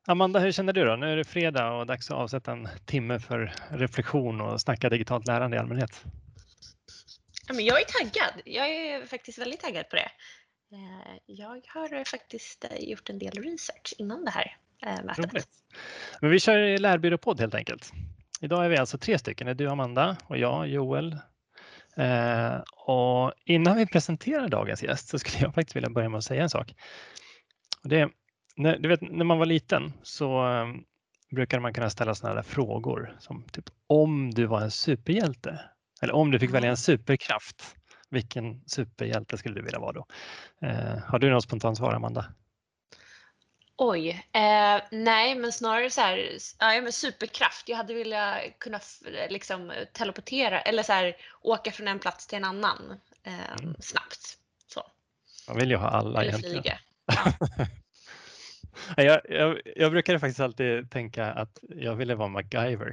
Amanda, hur känner du då? Nu är det fredag och dags att avsätta en timme för reflektion och snacka digitalt lärande i allmänhet. Ja, men jag är taggad. Jag är faktiskt väldigt taggad på det. Jag har faktiskt gjort en del research innan det här mötet. Roligt. Men vi kör lärbyråpodd helt enkelt. Idag är vi alltså 3 stycken. Det är du Amanda och jag, Joel. Och innan vi presenterar dagens gäst så skulle jag faktiskt vilja börja med att säga en sak. Och det, du vet, när man var liten så brukade man kunna ställa sådana där frågor som typ om du var en superhjälte eller om du fick välja en superkraft. Vilken superhjälte skulle du vilja vara då? Har du något spontant svar, Amanda? Oj, nej men snarare så här, ja, men superkraft. Jag hade velat kunna liksom teleportera eller så här, åka från en plats till en annan snabbt. Så. Man vill ju ha alla eller egentligen. flyga. Ja. jag brukade faktiskt alltid tänka att jag ville vara MacGyver.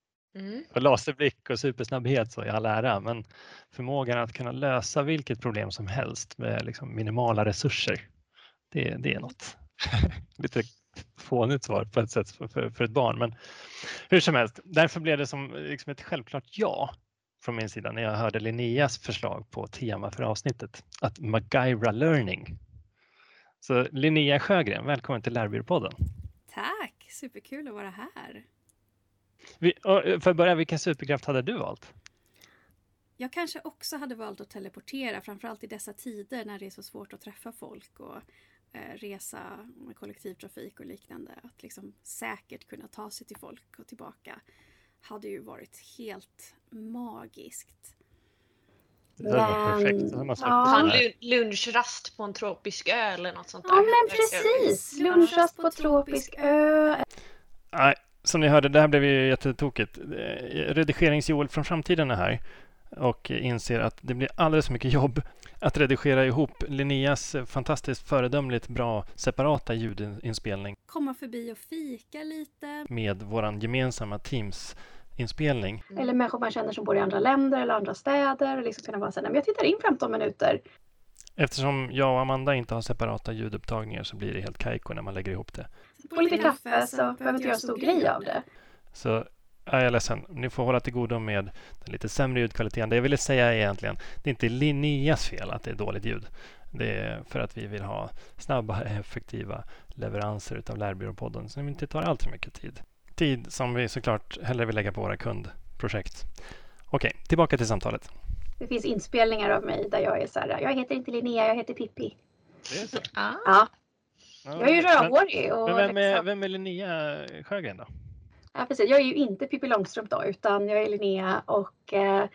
Och laserblick och supersnabbhet så i all ära, men förmågan att kunna lösa vilket problem som helst med liksom minimala resurser, det är något. Lite fånigt svar på ett sätt för ett barn, men hur som helst, därför blev det som liksom ett självklart ja från min sida när jag hörde Linneas förslag på tema för avsnittet, att MacGyvera learning. Så Linnea Sjögren, välkommen till Lärbyråpodden. Tack, superkul att vara här. För att börja, vilken superkraft hade du valt? Jag kanske också hade valt att teleportera, framförallt i dessa tider när det är så svårt att träffa folk och resa med kollektivtrafik och liknande. Att liksom säkert kunna ta sig till folk och tillbaka hade ju varit helt magiskt. Det var perfekt. Ha en lunchrast på en tropisk ö eller något sånt där. Ja, men precis. Lunchrast på tropisk ö. Nej, som ni hörde, det här blev ju jättetokigt. Redigeringsjoel från framtiden är här och inser att det blir alldeles för mycket jobb att redigera ihop Linneas fantastiskt föredömligt bra separata ljudinspelning. Komma förbi och fika lite. Med våran gemensamma Teams-inspelning. Eller människor man känner som bor i andra länder eller andra städer. Liksom kunna vara så här, men jag tittar in 15 minuter. Eftersom jag och Amanda inte har separata ljudupptagningar så blir det helt kajko när man lägger ihop det. På lite kaffe så behöver inte göra en stor grej av det. Så är jag ledsen. Ni får hålla till godo med den lite sämre ljudkvaliteten. Det jag ville säga egentligen, det är inte Linneas fel att det är dåligt ljud. Det är för att vi vill ha snabba, effektiva leveranser utav Lärbyråpodden så det inte tar allt för mycket tid. Tid som vi såklart hellre vill lägga på våra kundprojekt. Okej, tillbaka till samtalet. Det finns inspelningar av mig där jag är så här, jag heter inte Linnea, jag heter Pippi. Det är så? Ja. Jag är ju rödhårig. Men vem är Linnea Sjögren då? Ja, precis. Jag är ju inte Pippi Långstrump då, utan jag är Linnea och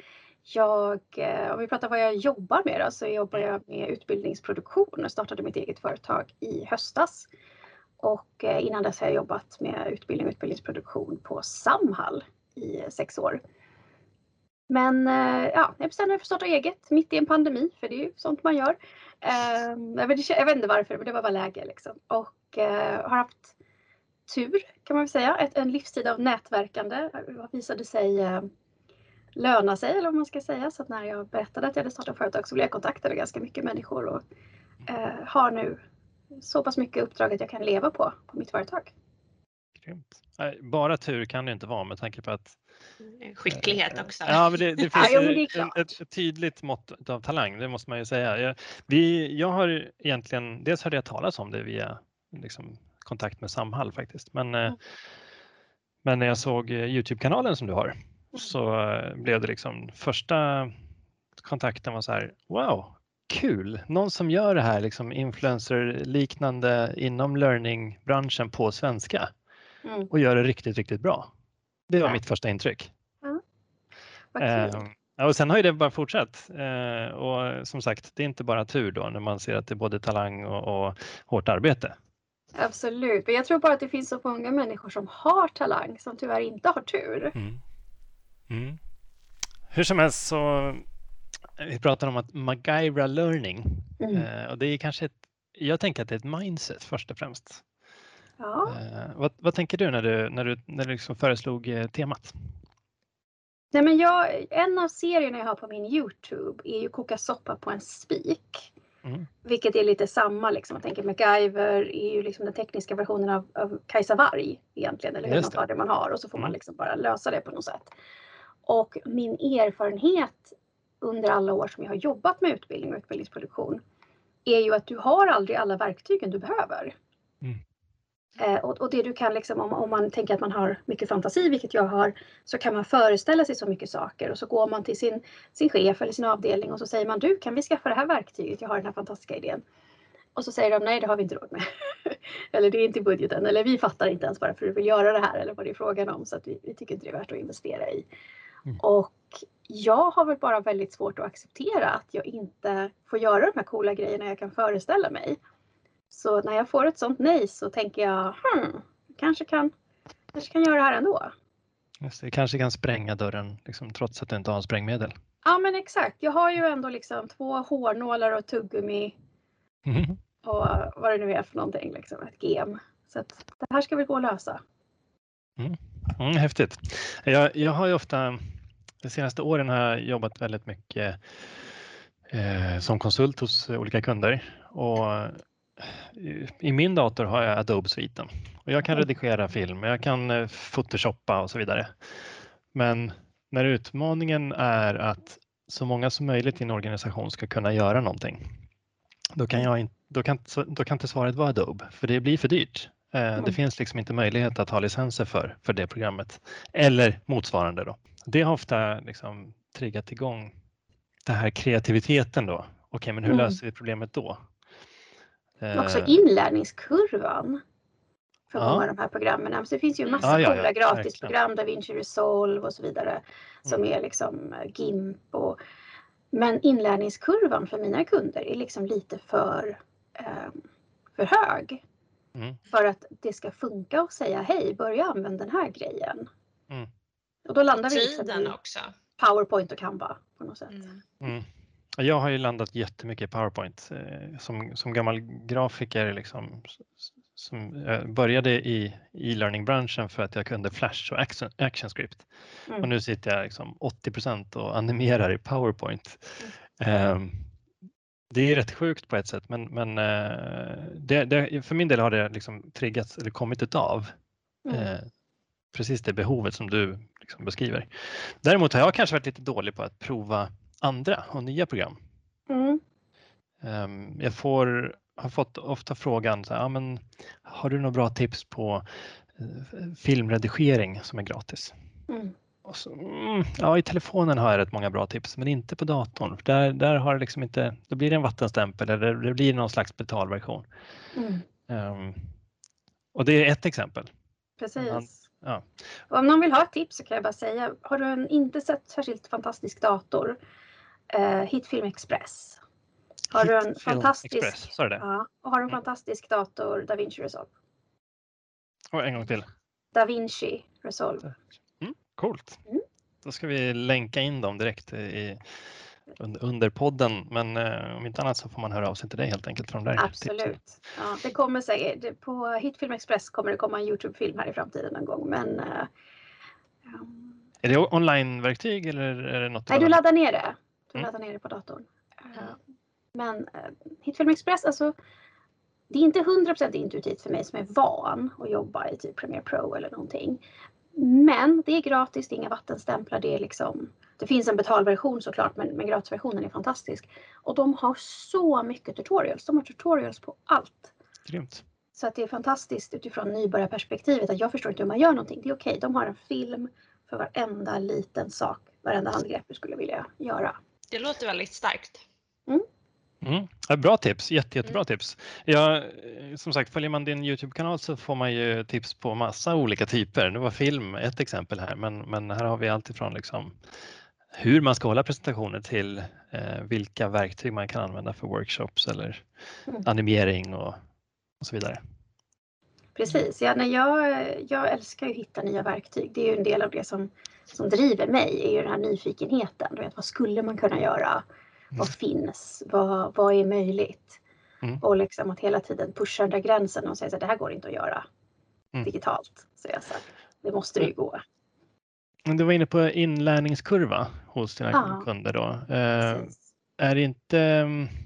om vi pratar vad jag jobbar med då, så jobbar jag med utbildningsproduktion och startade mitt eget företag i höstas. Och innan dess har jag jobbat med utbildning och utbildningsproduktion på Samhall i 6 år. Men jag bestämde mig för att starta eget mitt i en pandemi, för det är ju sånt man gör. Jag vet inte varför, men det var bara läge liksom. Och har haft tur kan man väl säga. En livstid av nätverkande visade sig löna sig, eller vad man ska säga. Så att när jag berättade att jag hade startat företag så blev jag kontaktad av ganska mycket människor och har nu så pass mycket uppdrag att jag kan leva på mitt företag. Grymt. Bara tur kan det inte vara med tanke på att skicklighet också. Ja, men det finns ett tydligt mått av talang, det måste man ju säga. Jag har egentligen, dels hörde jag talas om det via liksom, kontakt med Samhall faktiskt. Men när jag såg YouTube-kanalen som du har så blev det liksom första kontakten var så här, wow, kul. Någon som gör det här liksom influencer-liknande inom learning-branschen på svenska och gör det riktigt, riktigt bra. Det var mitt första intryck. Och sen har ju det bara fortsatt. Och som sagt, det är inte bara tur då när man ser att det är både talang och hårt arbete. Absolut, men jag tror bara att det finns så många människor som har talang som tyvärr inte har tur. Hur som helst så vi pratar om att MacGyvera learning och det är kanske jag tänker att det är ett mindset först och främst. Ja. Vad tänker du när du liksom föreslog temat? Nej, men en av serierna jag har på min YouTube är ju Koka soppa på en spik. Vilket är lite samma liksom. Jag tänker MacGyver är ju liksom den tekniska versionen av Kajsa Warg egentligen. Eller hur man tar det man har och så får man liksom bara lösa det på något sätt. Och min erfarenhet under alla år som jag har jobbat med utbildning och utbildningsproduktion är ju att du har aldrig alla verktygen du behöver. Och det du kan liksom, om man tänker att man har mycket fantasi, vilket jag har, så kan man föreställa sig så mycket saker. Och så går man till sin chef eller sin avdelning och så säger man, du, kan vi skaffa det här verktyget? Jag har den här fantastiska idén. Och så säger de, nej, det har vi inte råd med. Eller det är inte i budgeten. Eller vi fattar inte ens varför du vill göra det här. Eller vad det är frågan om. Så att vi tycker inte det är värt att investera i. Och jag har väl bara väldigt svårt att acceptera att jag inte får göra de här coola grejerna jag kan föreställa mig. Så när jag får ett sånt nej så tänker jag, kanske kan göra det här ändå. Just det, kanske kan spränga dörren liksom, trots att du inte har sprängmedel. Ja, men exakt. Jag har ju ändå liksom 2 hårnålar och tuggummi. Och vad det nu är för någonting, liksom, ett gem. Så att det här ska vi gå och lösa. Häftigt. Jag har ju ofta, de senaste åren har jag jobbat väldigt mycket som konsult hos olika kunder. Och i min dator har jag Adobe-sviten. Och jag kan redigera film, jag kan photoshoppa och så vidare. Men när utmaningen är att så många som möjligt i en organisation ska kunna göra någonting, då kan inte svaret vara Adobe, för det blir för dyrt. Det finns liksom inte möjlighet att ha licenser för det programmet eller motsvarande då. Det har ofta liksom triggat igång den här kreativiteten då. Okej, men hur löser vi problemet då? Också inlärningskurvan för många av de här programmen. Så det finns ju massa coola gratisprogram, DaVinci Resolve och så vidare, som är liksom GIMP. Men inlärningskurvan för mina kunder är liksom lite för hög. För att det ska funka och säga, hej, börja använda den här grejen. Och då landar vi liksom i också. PowerPoint och Canva på något sätt. Jag har ju landat jättemycket i PowerPoint som gammal grafiker liksom, som började i e-learning-branschen för att jag kunde Flash och ActionScript. Och nu sitter jag liksom 80% och animerar i PowerPoint. Det är rätt sjukt på ett sätt, men för min del har det liksom triggats eller kommit utav precis det behovet som du liksom beskriver. Däremot har jag kanske varit lite dålig på att prova andra och nya program. Jag har fått ofta frågan, så här, men har du några bra tips på filmredigering som är gratis? Och så, i telefonen har jag rätt många bra tips, men inte på datorn. Där har det liksom inte, då blir det en vattenstämpel eller det blir någon slags betalversion. Och det är ett exempel. Precis. Och om någon vill ha ett tips så kan jag bara säga, har du en inte särskilt fantastisk dator, Hitfilm Express. Har du en fantastisk och har du en fantastisk dator, DaVinci Resolve. Och en gång till. DaVinci Resolve. Coolt. Då ska vi länka in dem direkt under podden, men om inte annat så får man höra av sig till dig helt enkelt från där. Absolut. Ja, det kommer säkert, på Hitfilm Express kommer det komma en YouTube-film här i framtiden en gång, men är det online-verktyg eller är det något? Nej, du laddar ner det. Du laddar ner det på datorn. Men Hitfilm Express, alltså det är inte 100% intuitivt för mig som är van att jobba i typ Premiere Pro eller någonting. Men det är gratis, det är inga vattenstämplar, det är liksom, det finns en betalversion såklart, men gratisversionen är fantastisk. Och de har så mycket tutorials, de har tutorials på allt. Grymt. Så att det är fantastiskt utifrån nybörjarperspektivet att jag förstår inte hur man gör någonting. Det är okej, de har en film för varenda liten sak, varenda handgrepp du skulle vilja göra. Det låter väldigt starkt. Bra tips, jättebra tips. Som sagt, följer man din YouTube-kanal så får man ju tips på massa olika typer. Nu var film ett exempel här, men här har vi allt ifrån liksom hur man ska hålla presentationer till vilka verktyg man kan använda för workshops eller animering och så vidare. Precis, jag älskar ju att hitta nya verktyg. Det är ju en del av det som driver mig, är ju den här nyfikenheten. Du vet, vad skulle man kunna göra? Vad finns? Vad är möjligt? Och liksom att hela tiden pusha den där gränsen och säga att det här går inte att göra digitalt. Så jag sa, det måste det ju gå. Du var inne på inlärningskurva hos dina kunder då. Är det inte,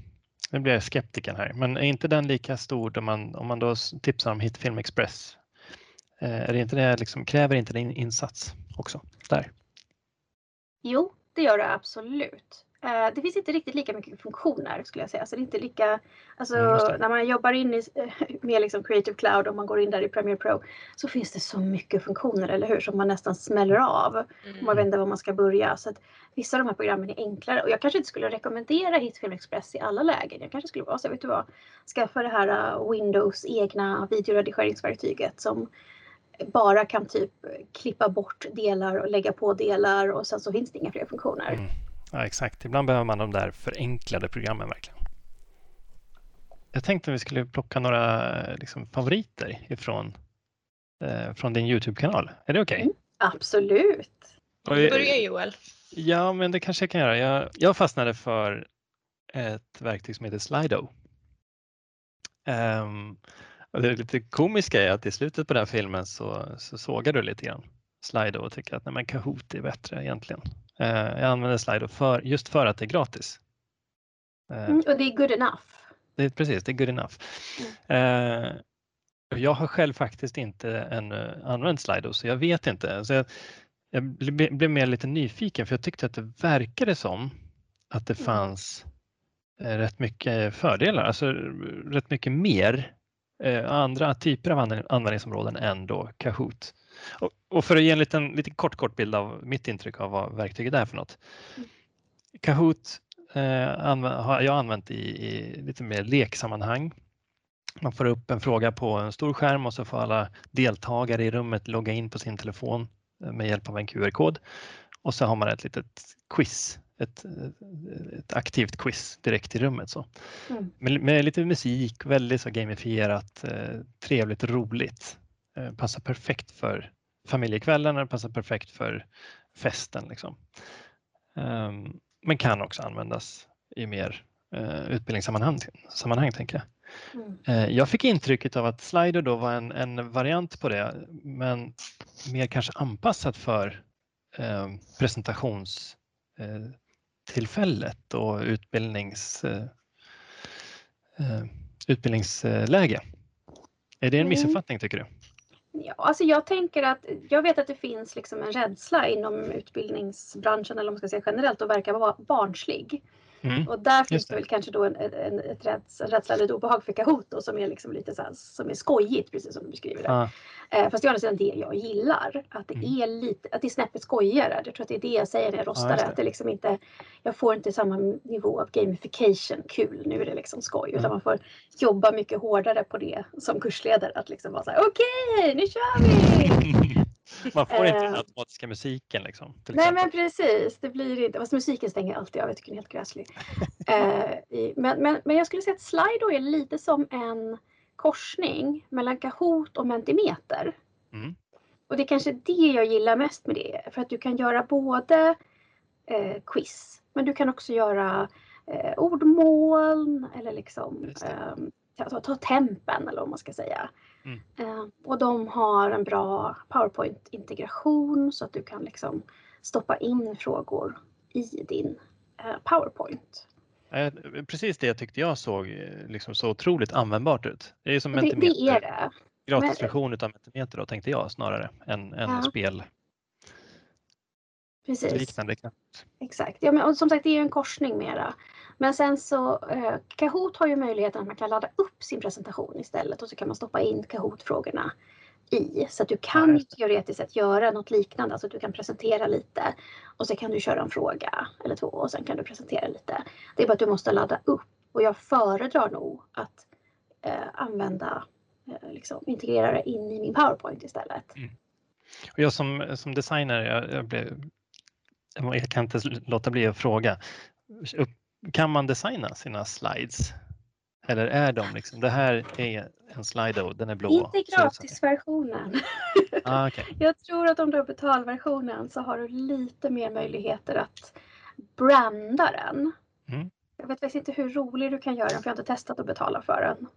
Nu blir jag skeptiken här, men är inte den lika stor om man då tipsar om Hitfilm Express? Är det inte det liksom, kräver inte det insats också där? Jo, det gör det absolut. Det finns inte riktigt lika mycket funktioner skulle jag säga. Så det är inte lika, alltså när man jobbar in med liksom Creative Cloud och man går in där i Premiere Pro så finns det så mycket funktioner, eller hur? Som man nästan smäller av. Man vet inte var man ska börja. Så att vissa av de här programmen är enklare. Och jag kanske inte skulle rekommendera Hitfilm Express i alla lägen. Jag kanske skulle vara så, vet du vad? Skaffa det här Windows egna videoredigeringsverktyget som bara kan typ klippa bort delar och lägga på delar och sen så finns det inga fler funktioner. Ja, exakt. Ibland behöver man de där förenklade programmen verkligen. Jag tänkte att vi skulle plocka några liksom, favoriter från din YouTube-kanal. Är det okej? Absolut. Du börjar Joel. Ja, men det kanske jag kan göra. Jag fastnade för ett verktyg som heter Slido. Och det är lite komiska är att i slutet på den här filmen så sågar du lite grann Slido och tycker att nej, men Kahoot är bättre egentligen. Jag använder Slido just för att det är gratis. Och det är good enough. Precis, det är good enough. Jag har själv faktiskt inte ännu använt Slido så jag vet inte. Så jag blev mer lite nyfiken för jag tyckte att det verkade som att det fanns rätt mycket fördelar, alltså rätt mycket mer andra typer av användningsområden än då Kahoot. Och för att ge en liten kort bild av mitt intryck av vad verktyget är för något. Kahoot har jag använt i lite mer leksammanhang. Man får upp en fråga på en stor skärm och så får alla deltagare i rummet logga in på sin telefon med hjälp av en QR-kod. Och så har man ett litet quiz, ett aktivt quiz direkt i rummet. Så. Med lite musik, väldigt så gamifierat, trevligt, roligt. Passar perfekt för familjekvällen och passar perfekt för festen. Liksom. Men kan också användas i mer utbildningssammanhang tänker jag. Jag fick intrycket av att Slido då var en variant på det, men mer kanske anpassat för presentationstillfället och utbildningsläge. Är det en missuppfattning tycker du? Ja, alltså jag vet att det finns liksom en rädsla inom utbildningsbranschen eller om man ska säga generellt att verka vara barnslig. Och där finns det väl kanske då en rädsla eller ett obehag för Kahoot då, som är liksom lite så här, som är skojigt precis som du beskriver det. Fast det är alltså det jag gillar, att det är lite, att det är snäppet skojigare. Jag tror att det är det jag säger när jag rostar att det liksom inte, jag får inte samma nivå av gamification, kul, nu är det liksom skoj, utan man får jobba mycket hårdare på det som kursledare, att liksom vara så här, okej, nu kör vi! Man får inte den automatiska musiken liksom. Nej men precis, det blir inte, fast musiken stänger alltid av, jag tycker den är helt gräslig. Men jag skulle säga att Slido är lite som en korsning mellan Kahoot och Mentimeter. Och det är kanske det jag gillar mest med det, för att du kan göra både quiz, men du kan också göra ordmoln eller liksom ta tempen eller vad man ska säga. Och de har en bra PowerPoint-integration så att du kan liksom stoppa in frågor i din PowerPoint. Precis det tyckte jag såg liksom så otroligt användbart ut. Det är som Mentimeter. Det är det. Gratisversion av Mentimeter då tänkte jag snarare än spel. Precis. Liknande. Exakt. Ja, men, och som sagt det är en korsning mera. Men sen så Kahoot har ju möjligheten att man kan ladda upp sin presentation istället och så kan man stoppa in Kahoot-frågorna i. Så att du kan teoretiskt sett göra något liknande. Alltså att du kan presentera lite och så kan du köra en fråga eller två och sen kan du presentera lite. Det är bara att du måste ladda upp. Och jag föredrar nog att använda, liksom, integrera det in i min PowerPoint istället. Och jag som designer, jag kan inte låta bli att fråga. Kan man designa sina slides? Eller är de liksom, det här är en Slido, den är blå. Inte gratisversionen. Okay. Jag tror att om du har betalversionen så har du lite mer möjligheter att branda den. Jag vet faktiskt inte hur rolig du kan göra den för jag har inte testat att betala för den.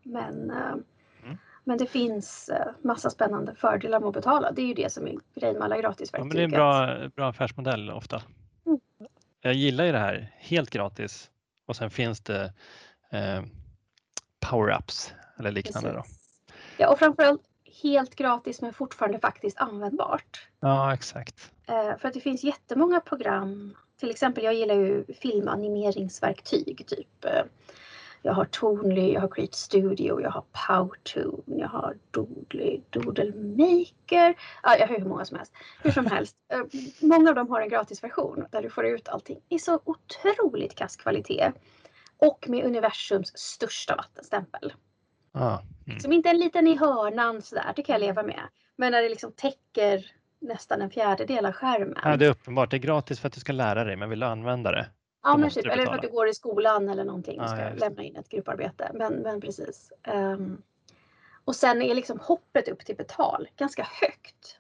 Men det finns massa spännande fördelar med att betala. Det är ju det som är grejen med alla gratisverktyg. Men det är en bra affärsmodell ofta. Jag gillar ju det här helt gratis. Och sen finns det power-ups eller liknande då. Ja, och framförallt helt gratis men fortfarande faktiskt användbart. Ja, exakt. För att det finns jättemånga program. Till exempel, jag gillar ju filmanimeringsverktyg. Typ, jag har Toonly, jag har Create Studio, jag har Powtoon, jag har Doodle Maker. Ja, jag har hur många som helst. Hur som helst. Många av dem har en gratisversion där du får ut allting i så otroligt kass kvalitet. Och med universums största vattenstämpel. Som inte är en liten i hörnan sådär, det kan jag leva med. Men när det liksom täcker nästan en fjärdedel av skärmen. Ja, det är uppenbart. Det är gratis för att du ska lära dig, men vill du använda det? Ja, men typ, eller för att du går i skolan eller någonting och ska lämna in ett grupparbete. Men precis. Och sen är liksom hoppet upp till betal ganska högt.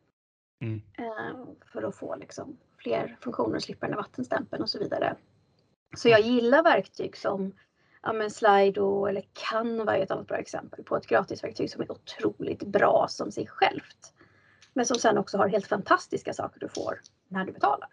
För att få liksom fler funktioner och slippa den här vattenstämpeln och så vidare. Så jag gillar verktyg som Slido eller Canva är ett annat bra exempel på ett gratisverktyg som är otroligt bra som sig självt. Men som sen också har helt fantastiska saker du får när du betalar.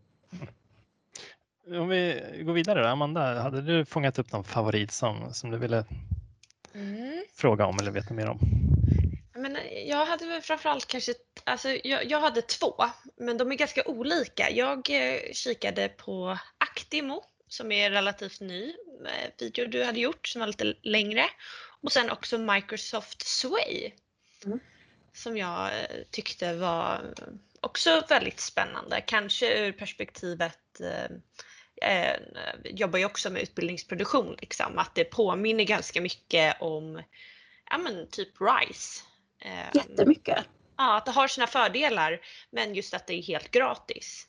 Om vi går vidare då, Amanda, hade du fångat upp någon favorit som du ville fråga om eller veta mer om? Men jag hade väl framförallt kanske, alltså jag hade 2, men de är ganska olika. Jag kikade på Actimo som är relativt ny video du hade gjort som var lite längre. Och sen också Microsoft Sway som jag tyckte var också väldigt spännande. Kanske ur perspektivet, jobbar ju också med utbildningsproduktion, liksom, att det påminner ganska mycket om typ RISE. Jättemycket. Ja, att det har sina fördelar, men just att det är helt gratis.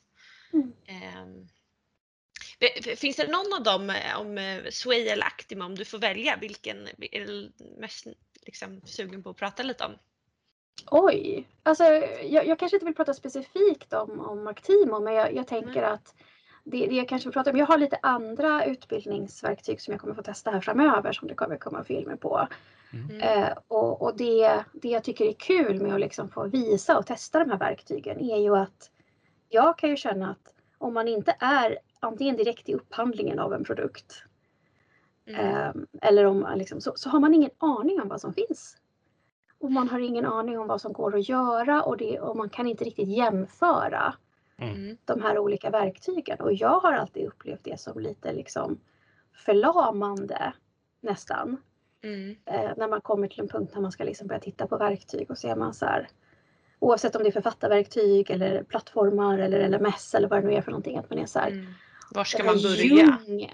Finns det någon av dem, om Sway eller Actimo, om du får välja, vilken är du mest liksom sugen på att prata lite om? Oj, alltså jag kanske inte vill prata specifikt om Actimo, men jag tänker att det jag kanske vill prata om, jag har lite andra utbildningsverktyg som jag kommer få testa här framöver som det kommer komma filmer på. Och det jag tycker är kul med att liksom få visa och testa de här verktygen är ju att jag kan ju känna att om man inte är antingen direkt i upphandlingen av en produkt eller om man liksom, så har man ingen aning om vad som finns. Och man har ingen aning om vad som går att göra och man kan inte riktigt jämföra de här olika verktygen. Och jag har alltid upplevt det som lite liksom förlamande nästan. När man kommer till en punkt när man ska liksom börja titta på verktyg och ser man så här, oavsett om det är författarverktyg eller plattformar eller LMS eller vad det nu är för någonting, att man är så här, var ska man börja?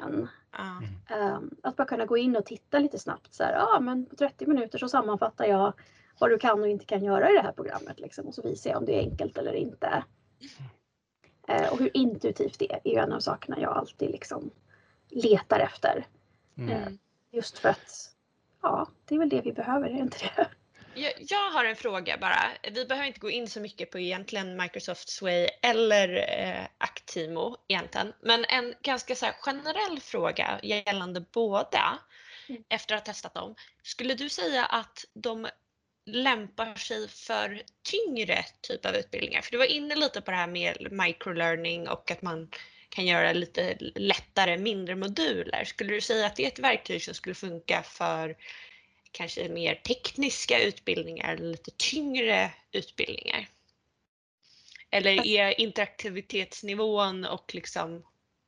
Att bara kunna gå in och titta lite snabbt så här, men på 30 minuter så sammanfattar jag vad du kan och inte kan göra i det här programmet liksom, och så visar jag om det är enkelt eller inte. Och hur intuitivt det är ju en av sakerna jag alltid liksom letar efter. Just för att det är väl det vi behöver, är det inte det? Jag har en fråga bara. Vi behöver inte gå in så mycket på egentligen Microsoft Sway eller Actimo egentligen. Men en ganska så här generell fråga gällande båda efter att ha testat dem. Skulle du säga att de lämpar sig för tyngre typ av utbildningar? För du var inne lite på det här med microlearning och att man kan göra lite lättare, mindre moduler. Skulle du säga att det är ett verktyg som skulle funka för kanske mer tekniska utbildningar eller lite tyngre utbildningar? Eller är interaktivitetsnivån och liksom...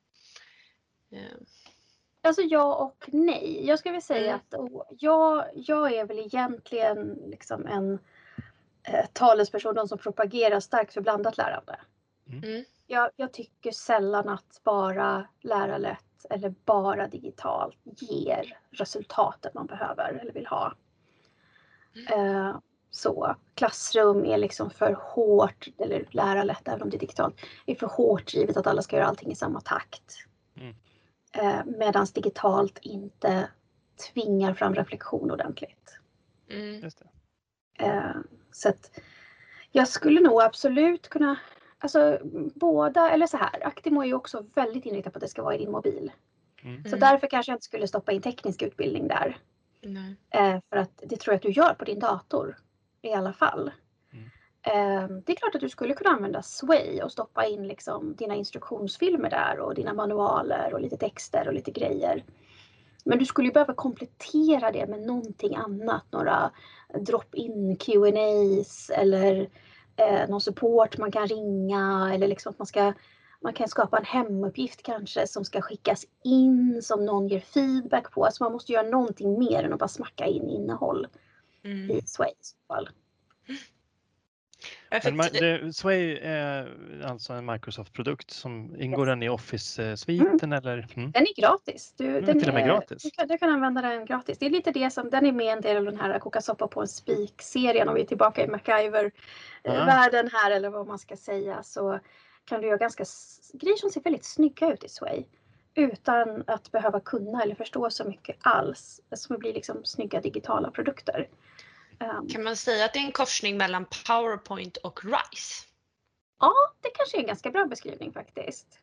Alltså ja och nej. Jag skulle vilja säga att jag är väl egentligen liksom en talesperson som propagerar starkt för blandat lärande. Jag tycker sällan att bara lärarlätt eller bara digitalt ger resultatet man behöver eller vill ha. Så klassrum är liksom för hårt, eller lärarlätt även om det är digitalt, är för hårt drivet att alla ska göra allting i samma takt. Medan digitalt inte tvingar fram reflektion ordentligt. Just det. Så att jag skulle nog absolut kunna, alltså båda, eller så här, Actimo är ju också väldigt inriktad på att det ska vara i din mobil. Så därför kanske jag inte skulle stoppa in teknisk utbildning där. För att det tror jag att du gör på din dator i alla fall. Det är klart att du skulle kunna använda Sway och stoppa in liksom dina instruktionsfilmer där och dina manualer och lite texter och lite grejer. Men du skulle ju behöva komplettera det med någonting annat. Några drop-in Q&As eller någon support man kan ringa. Eller liksom att man kan skapa en hemuppgift kanske som ska skickas in som någon ger feedback på. Alltså man måste göra någonting mer än att bara smacka in innehåll i Sway i så fall. Men Sway är alltså en Microsoft-produkt som ingår den i Office-sviten eller? Den är gratis. Den till och med gratis. Du kan använda den gratis. Det är lite det som, den är med en del av den här koka soppa på en spik-serien. Om vi är tillbaka i MacGyver-världen här eller vad man ska säga, så kan du göra ganska grejer som ser väldigt snygga ut i Sway. Utan att behöva kunna eller förstå så mycket alls. Som blir liksom snygga digitala produkter. Kan man säga att det är en korsning mellan PowerPoint och RISE? Ja, det kanske är en ganska bra beskrivning faktiskt.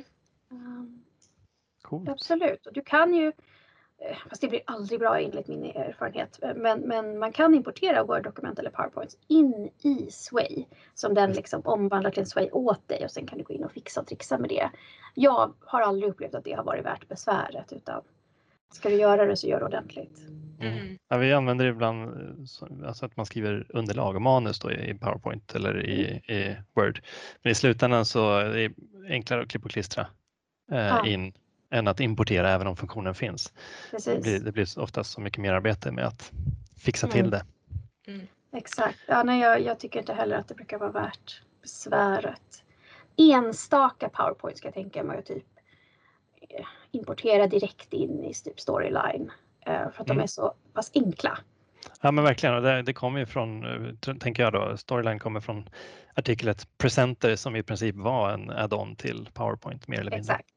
Coolt. Absolut. Och du kan ju, fast det blir aldrig bra enligt min erfarenhet, men man kan importera Word-dokument eller PowerPoint in i Sway. Som den liksom omvandlar till en Sway åt dig och sen kan du gå in och fixa och trixa med det. Jag har aldrig upplevt att det har varit värt besväret, utan ska du göra det så gör det ordentligt. Ja, vi använder det ibland, alltså att man skriver underlag och manus då i PowerPoint eller i Word. Men i slutändan så är det enklare att klippa och klistra in än att importera även om funktionen finns. Det blir oftast så mycket mer arbete med att fixa till det. Exakt. Ja, nej, jag tycker inte heller att det brukar vara värt besväret. Enstaka PowerPoint ska jag tänka mig att typ importera direkt in i typ Storyline. För att de är så pass enkla. Ja, men verkligen. Och det kommer ju från, tänker jag då, Storyline kommer från artiklet Presenter som i princip var en add-on till PowerPoint mer eller mindre. Exakt.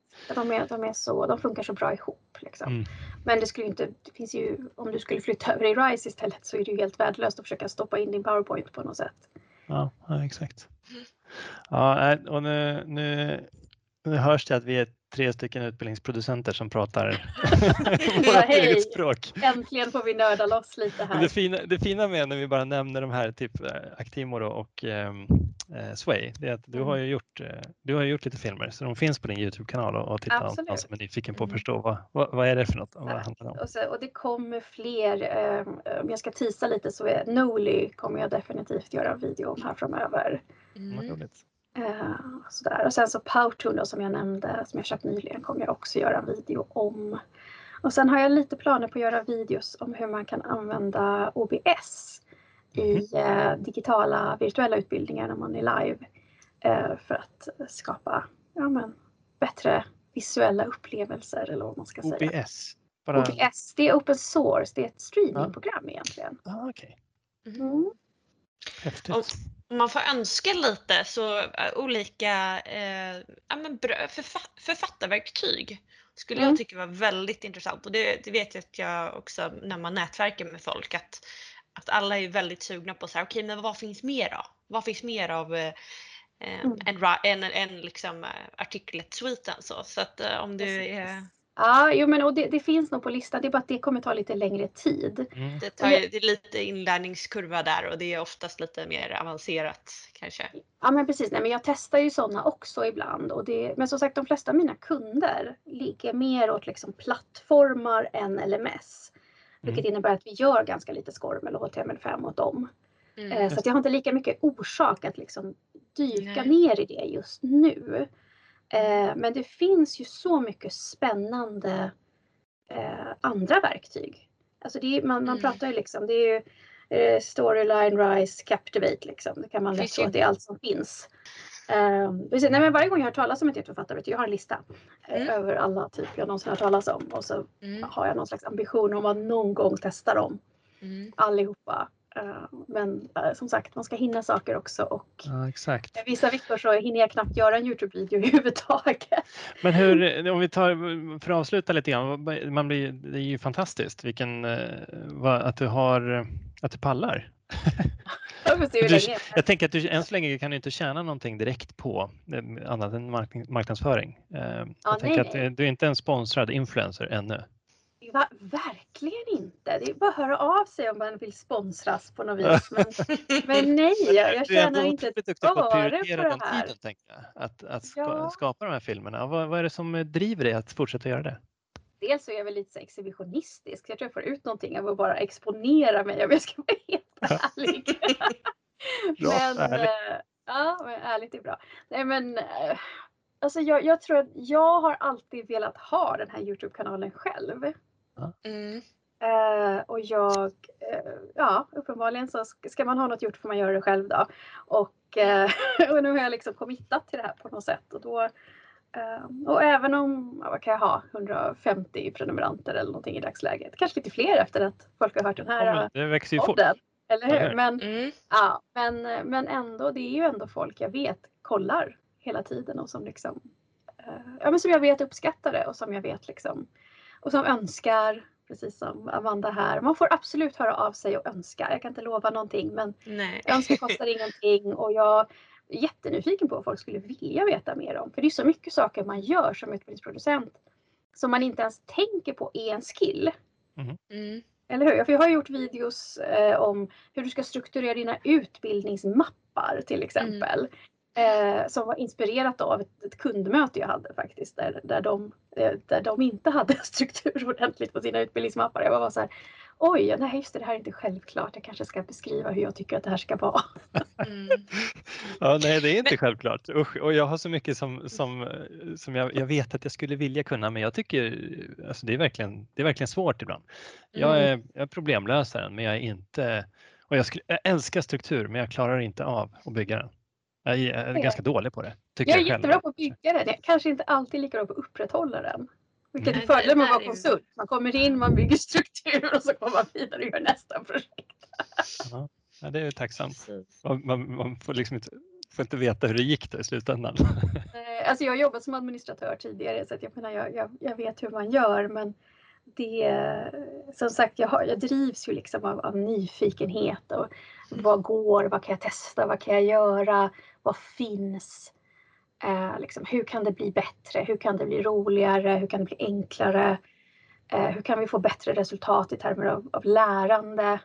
De funkar så bra ihop liksom. Men det finns ju, om du skulle flytta över i RISE istället så är det ju helt värdelöst att försöka stoppa in din PowerPoint på något sätt. Ja, exakt. Ja, och nu hörs det att vi är 3 stycken utbildningsproducenter som pratar vårt eget språk. Äntligen får vi nörda loss lite här. Det fina med när vi bara nämner de här typ Actimo och Sway, det är att du har ju gjort lite filmer så de finns på din YouTube-kanal och titta om någon som är nyfiken på att förstå vad är det för något och vad det handlar om. Och det kommer fler, om jag ska tisa lite så är Noli kommer jag definitivt göra en video om här framöver. Vad roligt. Sådär. Och sen så Powtoon som jag nämnde, som jag köpt nyligen, kommer jag också göra en video om. Och sen har jag lite planer på att göra videos om hur man kan använda OBS i digitala virtuella utbildningar när man är live. För att skapa bättre visuella upplevelser eller vad man ska säga. OBS? OBS, det är open source, det är ett streamingprogram egentligen. Okej. Häftigt. Om man får önska lite så olika författarverktyg skulle jag tycka var väldigt intressant. Och det vet jag att jag också när man nätverkar med folk att alla är väldigt sugna på så här, okej, men vad finns mer då? Vad finns mer av en liksom artiklet-sviten så att om du är... Ja, men och det finns nog på listan. Det är bara att det kommer ta lite längre tid. Det är lite inlärningskurva där och det är oftast lite mer avancerat kanske. Ja, men precis. Nej, men jag testar ju sådana också ibland. Men som sagt, de flesta av mina kunder ligger mer åt liksom plattformar än LMS. Vilket innebär att vi gör ganska lite SCORM eller HTML5 åt dem. Så att jag har inte lika mycket orsak att liksom dyka ner i det just nu. Men det finns ju så mycket spännande andra verktyg. Alltså man pratar ju liksom, det är ju Storyline, RISE, Captivate liksom. Det kan man läsa att det är allt som finns. Nej, men varje gång jag hör talas om ett författare, jag har en lista över alla typer jag någonsin har talas om. Och så har jag någon slags ambition om att någon gång testa dem. Allihopa. Men som sagt, man ska hinna saker också och exakt. Vissa veckor så hinner jag knappt göra en YouTube-video överhuvudtaget. Men hur, om vi tar, för att avsluta lite grann, det är ju fantastiskt att du pallar. Jag tänker att du än så länge kan du inte tjäna någonting direkt på annat än marknadsföring. Jag tänker att du är inte en sponsrad influencer ännu. Verkligen inte. Det är bara att höra av sig om man vill sponsras på något vis. Men nej, jag tjänar inte ett öre på det här. Tiden, att skapa de här filmerna. Vad är det som driver dig att fortsätta göra det? dels så är jag väl lite så exhibitionistisk. Jag tror jag får ut någonting av att bara exponera mig om jag ska vara helt ärlig. Men ärligt är bra. Nej men alltså jag tror att jag har alltid velat ha den här YouTube-kanalen själv. Och jag, uppenbarligen så ska man ha något gjort får man göra det själv då. Och nu har jag liksom committat till det här på något sätt. Och då och även om, vad kan jag ha, 150 prenumeranter eller någonting i dagsläget. Kanske lite fler efter att folk har hört den här det växer ju podden. Fort. Eller hur? Men, men ändå, det är ju ändå folk jag vet kollar hela tiden och som liksom men som jag vet uppskattar det och som jag vet liksom och som önskar, precis som Amanda här. Man får absolut höra av sig och önska. Jag kan inte lova någonting, men önska kostar ingenting och jag är jättenyfiken på vad folk skulle vilja veta mer om. För det är så mycket saker man gör som utbildningsproducent som man inte ens tänker på är en skill. Eller hur? För jag har gjort videos om hur du ska strukturera dina utbildningsmappar till exempel. Som var inspirerat av ett kundmöte jag hade faktiskt. Där de inte hade struktur ordentligt på sina utbildningsmappar. Jag var så här, oj, nej just det här är inte självklart. Jag kanske ska beskriva hur jag tycker att det här ska vara. Ja, nej, det är inte självklart. Usch, och jag har så mycket som jag vet att jag skulle vilja kunna, men jag tycker alltså det är verkligen svårt ibland. Jag är problemlösaren, men jag är inte, och jag älskar struktur, men jag klarar inte av att bygga den. Jag är ganska dålig på det. Jag är jättebra på att bygga den. Jag kanske inte alltid lika bra på att upprätthålla den. Vilket är fördelen med att vara konsult. Man kommer in, man bygger struktur och så kommer man vidare och gör nästa projekt. Ja, det är ju tacksamt. Man får liksom inte veta hur det gick då i slutändan. Alltså jag har jobbat som administratör tidigare så att jag vet hur man gör, men det, som sagt, jag drivs ju liksom av nyfikenhet och vad kan jag testa, vad kan jag göra, vad finns, liksom, hur kan det bli bättre, hur kan det bli roligare, hur kan det bli enklare, hur kan vi få bättre resultat i termer av lärande,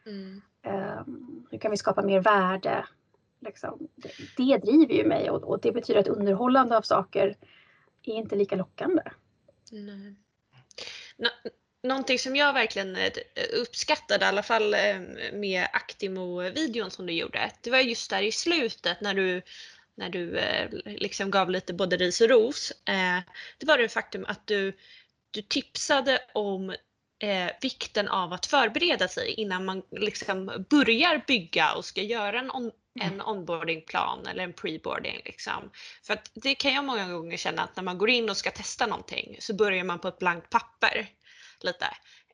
hur kan vi skapa mer värde, liksom. Det driver ju mig och det betyder att underhållande av saker är inte lika lockande. Nej. Någonting som jag verkligen uppskattade, i alla fall med Actimo-videon som du gjorde, det var just där i slutet när du liksom gav lite både ris och ros. Det var det faktum att du tipsade om vikten av att förbereda sig innan man liksom börjar bygga och ska göra en onboardingplan eller en preboarding liksom. För att det kan jag många gånger känna att när man går in och ska testa någonting så börjar man på ett blankt papper lite.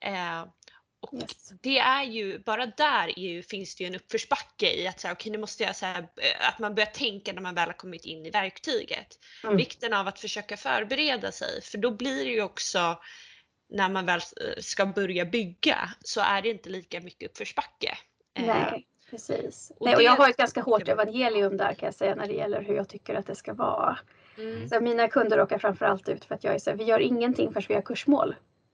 Och det är ju, bara där finns det ju en uppförsbacke i att nu måste jag att man börjar tänka när man väl har kommit in i verktyget. Vikten av att försöka förbereda sig, för då blir det ju också när man väl ska börja bygga så är det inte lika mycket uppförsbacke. Nej, precis. Och jag har ett ganska hårt evangelium där kan jag säga när det gäller hur jag tycker att det ska vara. Så mina kunder råkar framförallt ut för att jag är så här, vi gör ingenting förrän vi har kursmål.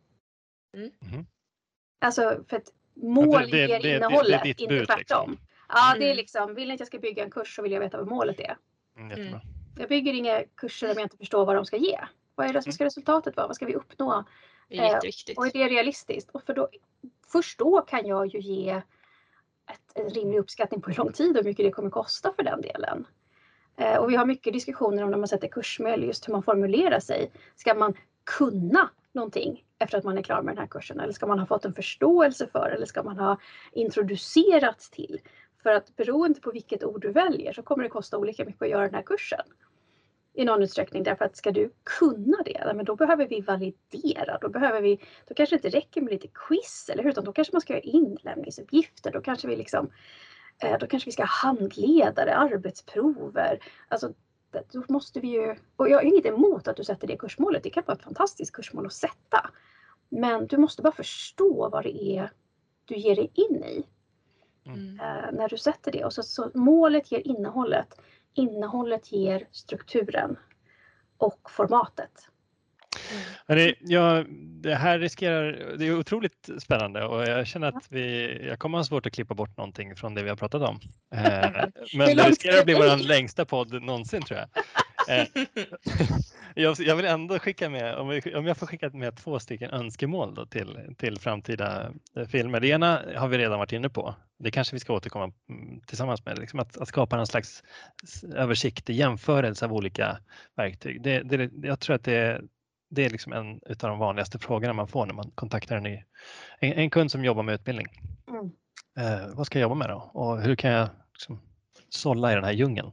Alltså för att mål ger innehållet, inte tvärtom. Liksom. Ja, det är liksom, vill ni att jag ska bygga en kurs så vill jag veta vad målet är. Jag bygger inga kurser om jag inte förstår vad de ska ge. Vad är det som ska resultatet vara? Vad ska vi uppnå? Det är jätteviktigt. Och är det realistiskt? Och först då kan jag ju ge en rimlig uppskattning på hur lång tid och hur mycket det kommer kosta för den delen. Och vi har mycket diskussioner om när man sätter kursmål, just hur man formulerar sig. Ska man kunna någonting efter att man är klar med den här kursen? Eller ska man ha fått en förståelse för? Eller ska man ha introducerats till? För att beroende på vilket ord du väljer så kommer det kosta olika mycket att göra den här kursen. I någon utsträckning, därför att ska du kunna det, men då behöver vi validera. Då kanske det inte räcker med lite quiz, eller hur? Utan då kanske man ska göra inlämningsuppgifter. Då kanske vi ska ha handledare, arbetsprover. Alltså, då måste vi ju, och jag är inget emot att du sätter det kursmålet. Det kan vara ett fantastiskt kursmål att sätta. Men du måste bara förstå vad det är du ger dig in i. När du sätter det. Och så målet ger innehållet. Innehållet ger strukturen och formatet. Det här det är otroligt spännande och jag känner att jag kommer ha svårt att klippa bort någonting från det vi har pratat om. Men det riskerar att bli vår längsta podd någonsin tror jag. Jag vill ändå skicka med, om jag får skicka med 2 stycken önskemål då till framtida filmer. Det ena har vi redan varit inne på. Det kanske vi ska återkomma tillsammans med. Liksom att skapa någon slags översiktlig jämförelse av olika verktyg. Jag tror att det är liksom en av de vanligaste frågorna man får när man kontaktar en kund som jobbar med utbildning. Vad ska jag jobba med då? Och hur kan jag liksom sålla i den här djungeln?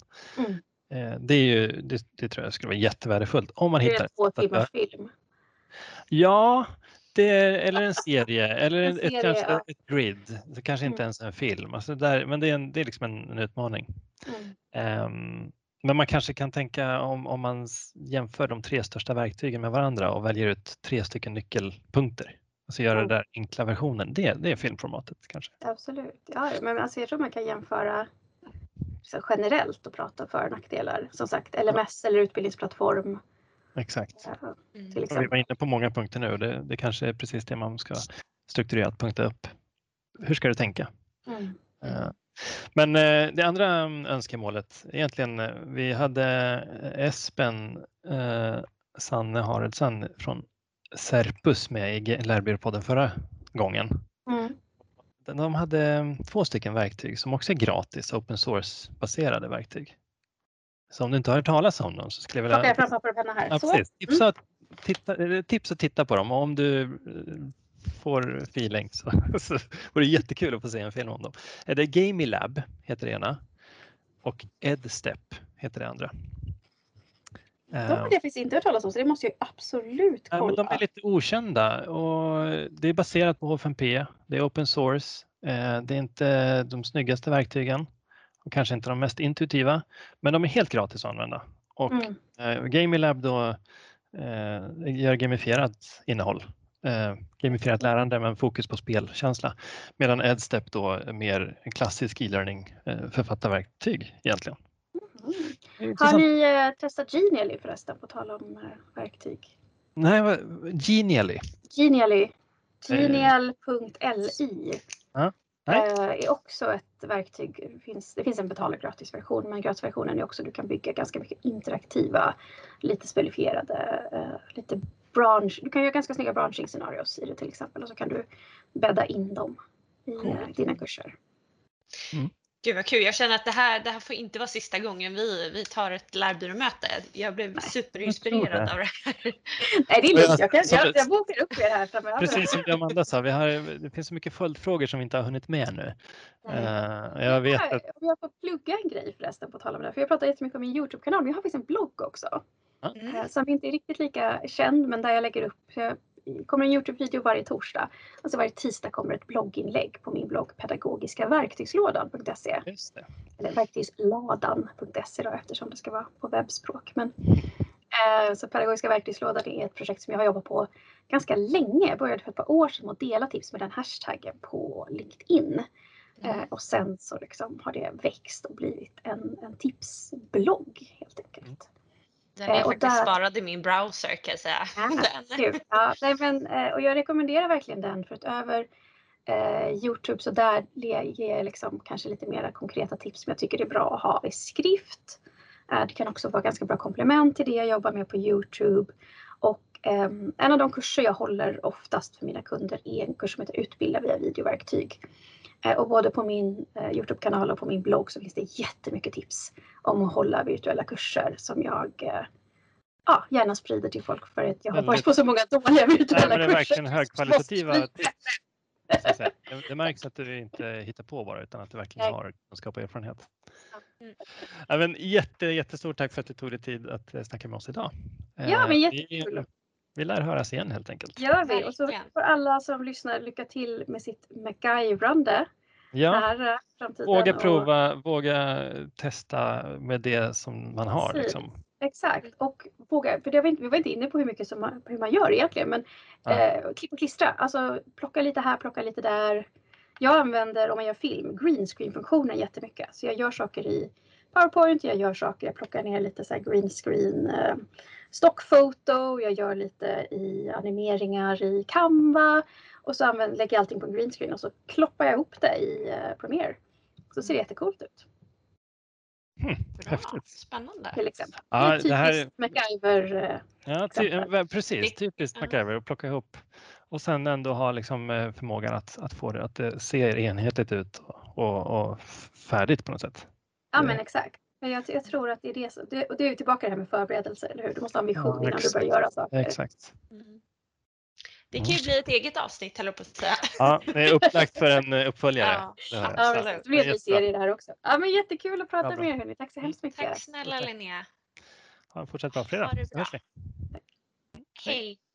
Det tror jag skulle vara jättevärdefullt om man hittar. 2 timmars film. Ja, eller en serie eller kanske ett grid. Det kanske inte ens är en film. Alltså men det är liksom en utmaning. Men man kanske kan tänka om man jämför de 3 största verktygen med varandra och väljer ut 3 stycken nyckelpunkter. Alltså göra den där enkla versionen. Det är filmformatet kanske. Absolut. Ja, men alltså jag tror man kan jämföra så generellt och prata för nackdelar. Som sagt, LMS eller utbildningsplattform. Exakt. Till exempel. Vi var inne på många punkter nu. Det kanske är precis det man ska strukturerat punkta upp. Hur ska du tänka? Men det andra önskemålet, egentligen, vi hade Espen Sanne Haraldsson från Serpus med i Lärbyråpodden förra gången. De hade 2 stycken verktyg som också är gratis, open source baserade verktyg. Så om du inte har hört talas om dem så skulle jag vilja... Plockar jag fram papper och penna här. Ja, precis. Tips att titta på dem. Och om du får feeling så vore det jättekul att få se en film om dem. Det är Gamilab heter det ena och EdStep heter det andra. De har jag faktiskt inte hört talas om, så det måste jag absolut kolla. Men de är lite okända och det är baserat på H5P. Det är open source. Det är inte de snyggaste verktygen och kanske inte de mest intuitiva, men de är helt gratis att använda. Och Gamilab då gör gamifierat innehåll. Gamifierat lärande med fokus på spelkänsla. Medan EdStep då är mer en klassisk e-learning författarverktyg egentligen. Har ni testat Genially förresten, på tal om verktyg? Nej, Genially. Genial.li är också ett verktyg. Det finns en betal- och gratisversion, men gratisversionen är också, du kan bygga ganska mycket interaktiva, lite spelifierade, du kan göra ganska snygga branching scenarios i det till exempel, och så kan du bädda in dem i dina kurser. Gud vad kul, jag känner att det här får inte vara sista gången vi tar ett lärbyråmöte. Jag blev superinspirerad av det här. Nej, det är lite. Jag bokar upp det här framöver. Precis som Amanda sa, det finns så mycket följdfrågor som vi inte har hunnit med nu. Jag vet att... Jag får plugga en grej förresten på tal om det. För jag pratar jättemycket om min YouTube-kanal, men jag har faktiskt en blogg också. Som inte är riktigt lika känd, men där jag lägger upp... kommer en YouTube-video varje torsdag. Och så varje tisdag kommer ett blogginlägg på min blogg pedagogiskaverktygslådan.se. Eller verktygsladan.se då, eftersom det ska vara på webbspråk. Men, så Pedagogiska verktygslådan är ett projekt som jag har jobbat på ganska länge. Jag började för ett par år sedan att dela tips med den hashtaggen på LinkedIn. Och sen så liksom har det växt och blivit en tipsblogg helt enkelt. Den är faktiskt sparad i min browser, kan jag säga. Och jag rekommenderar verkligen den, för att över YouTube så där ger jag liksom kanske lite mer konkreta tips som jag tycker är bra att ha i skrift. Det kan också vara ganska bra komplement till det jag jobbar med på YouTube. Och en av de kurser jag håller oftast för mina kunder är en kurs som heter Utbilda via videoverktyg. Och både på min YouTube-kanal och på min blogg så finns det jättemycket tips om att hålla virtuella kurser som jag gärna sprider till folk, för att jag har varit på så många dåliga virtuella kurser. Det är verkligen högkvalitativa tips. Det märks att du inte hittar på bara, utan att du verkligen har kunskap och erfarenhet. Men jättestort tack för att du tog dig tid att snacka med oss idag. Ja, men jättekul. Vi lär höras igen helt enkelt. Gör vi. Och så får alla som lyssnar lycka till med sitt MacGyvrande. Ja, våga prova, våga testa med det som man har. Liksom. Exakt, och våga, för vi var inte inne på hur man gör egentligen, men klipp och klistra, alltså plocka lite här, plocka lite där. Jag använder, om man gör film, green screen-funktionen jättemycket. Så jag gör saker i PowerPoint, jag plockar ner lite så här green screen stockfoto, jag gör lite i animeringar i Canva, och så lägger jag allting på en green screen och så kloppar jag ihop det i Premiere. Så ser det jättecoolt ut. Häftigt. Spännande. Till exempel. Ja, det är det här typiskt MacGyver. precis. Typiskt MacGyver att plocka ihop och sen ändå ha liksom förmågan att få det att det ser enhetligt ut och färdigt på något sätt. Ja, men exakt. Jag tror att det är det som, och det är ju tillbaka det här med förberedelse, eller hur? Du måste ha en vision innan du börjar göra saker. Exakt. Det kan ju bli ett eget avsnitt, höll jag på att säga. Ja, det är upplagt för en uppföljare. Absolut. Det blir en ny serie där också. Ja, men jättekul att prata med er, hörni. Tack så hemskt mycket. Tack snälla Linnea. Ha en fortsatt bra fredag. Ha det bra. Hej.